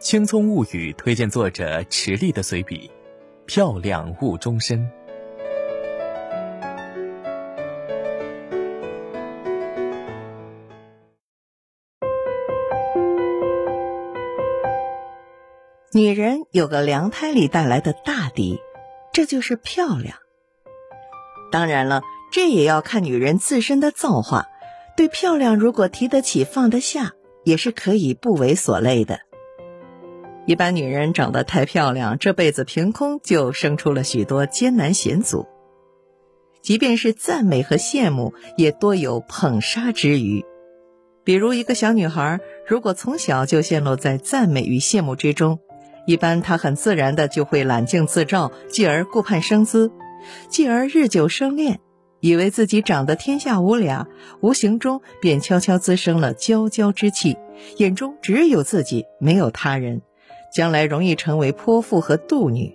青葱物语推荐作者池莉的随笔《漂亮误终身》。 女人有个娘胎里带来的大敌，这就是漂亮。当然了，这也要看女人自身的造化，对漂亮如果提得起放得下，也是可以不为所累的。一般女人长得太漂亮，这辈子凭空就生出了许多艰难险阻，即便是赞美和羡慕，也多有捧杀之余。比如一个小女孩，如果从小就陷落在赞美与羡慕之中，一般她很自然的就会揽镜自照，继而顾盼生姿，继而日久生恋，以为自己长得天下无俩，无形中便悄悄滋生了娇娇之气，眼中只有自己，没有他人，将来容易成为泼妇和妒女。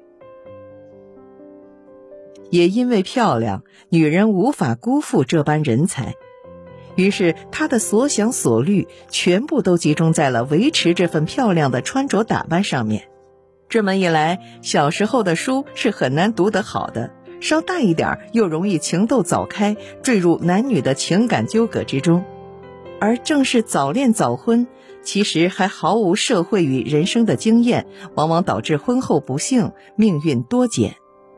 也因为漂亮，女人无法辜负这般人才，于是她的所想所虑全部都集中在了维持这份漂亮的穿着打扮上面。这么一来，小时候的书是很难读得好的，稍大一点又容易情窦早开，坠入男女的情感纠葛之中。而正是早恋早婚，其实还毫无社会与人生的经验，往往导致婚后不幸，命运多舛。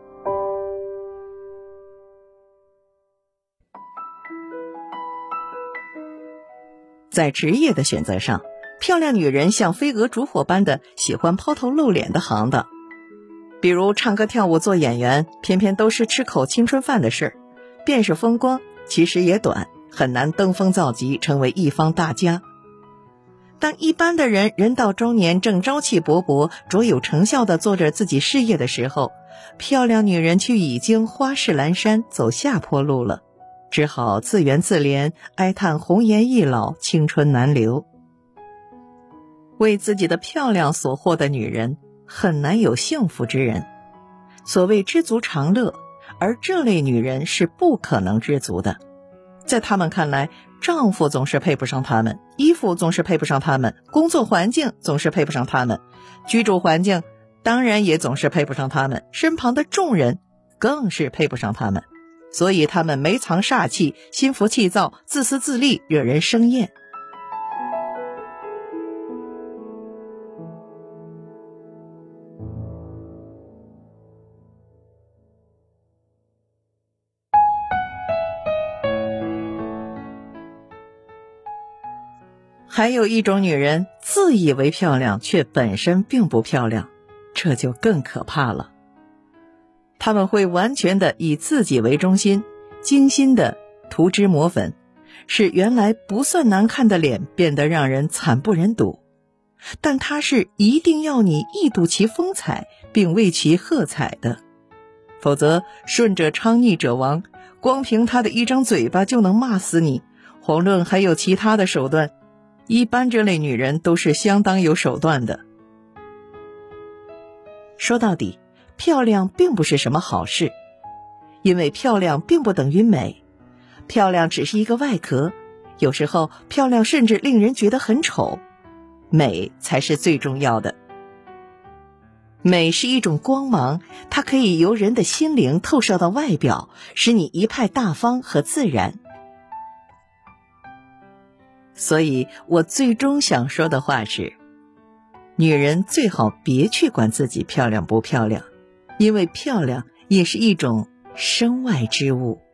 在职业的选择上，漂亮女人像飞蛾逐火般的喜欢抛头露脸的行当，比如唱歌跳舞做演员，偏偏都是吃口青春饭的事儿，便是风光，其实也短，很难登峰造极，成为一方大家。当一般的人人到中年，正朝气勃勃，卓有成效地做着自己事业的时候，漂亮女人却已经花式阑珊，走下坡路了，只好自怨自怜，哀叹红颜易老，青春难留。为自己的漂亮所惑的女人，很难有幸福之人。所谓知足常乐，而这类女人是不可能知足的。在她们看来，丈夫总是配不上她们，衣服总是配不上她们，工作环境总是配不上她们，居住环境当然也总是配不上她们，身旁的众人更是配不上她们。所以她们眉藏煞气，心浮气躁，自私自利，惹人生厌。还有一种女人自以为漂亮，却本身并不漂亮，这就更可怕了。她们会完全的以自己为中心，精心的涂脂抹粉，使原来不算难看的脸变得让人惨不忍睹。但她是一定要你一睹其风采，并为其喝彩的，否则顺者昌逆者亡，光凭她的一张嘴巴就能骂死你，遑论还有其他的手段。一般这类女人都是相当有手段的。说到底，漂亮并不是什么好事，因为漂亮并不等于美，漂亮只是一个外壳，有时候漂亮甚至令人觉得很丑，美才是最重要的。美是一种光芒，它可以由人的心灵透射到外表，使你一派大方和自然。所以我最终想说的话是，女人最好别去管自己漂亮不漂亮，因为漂亮也是一种身外之物。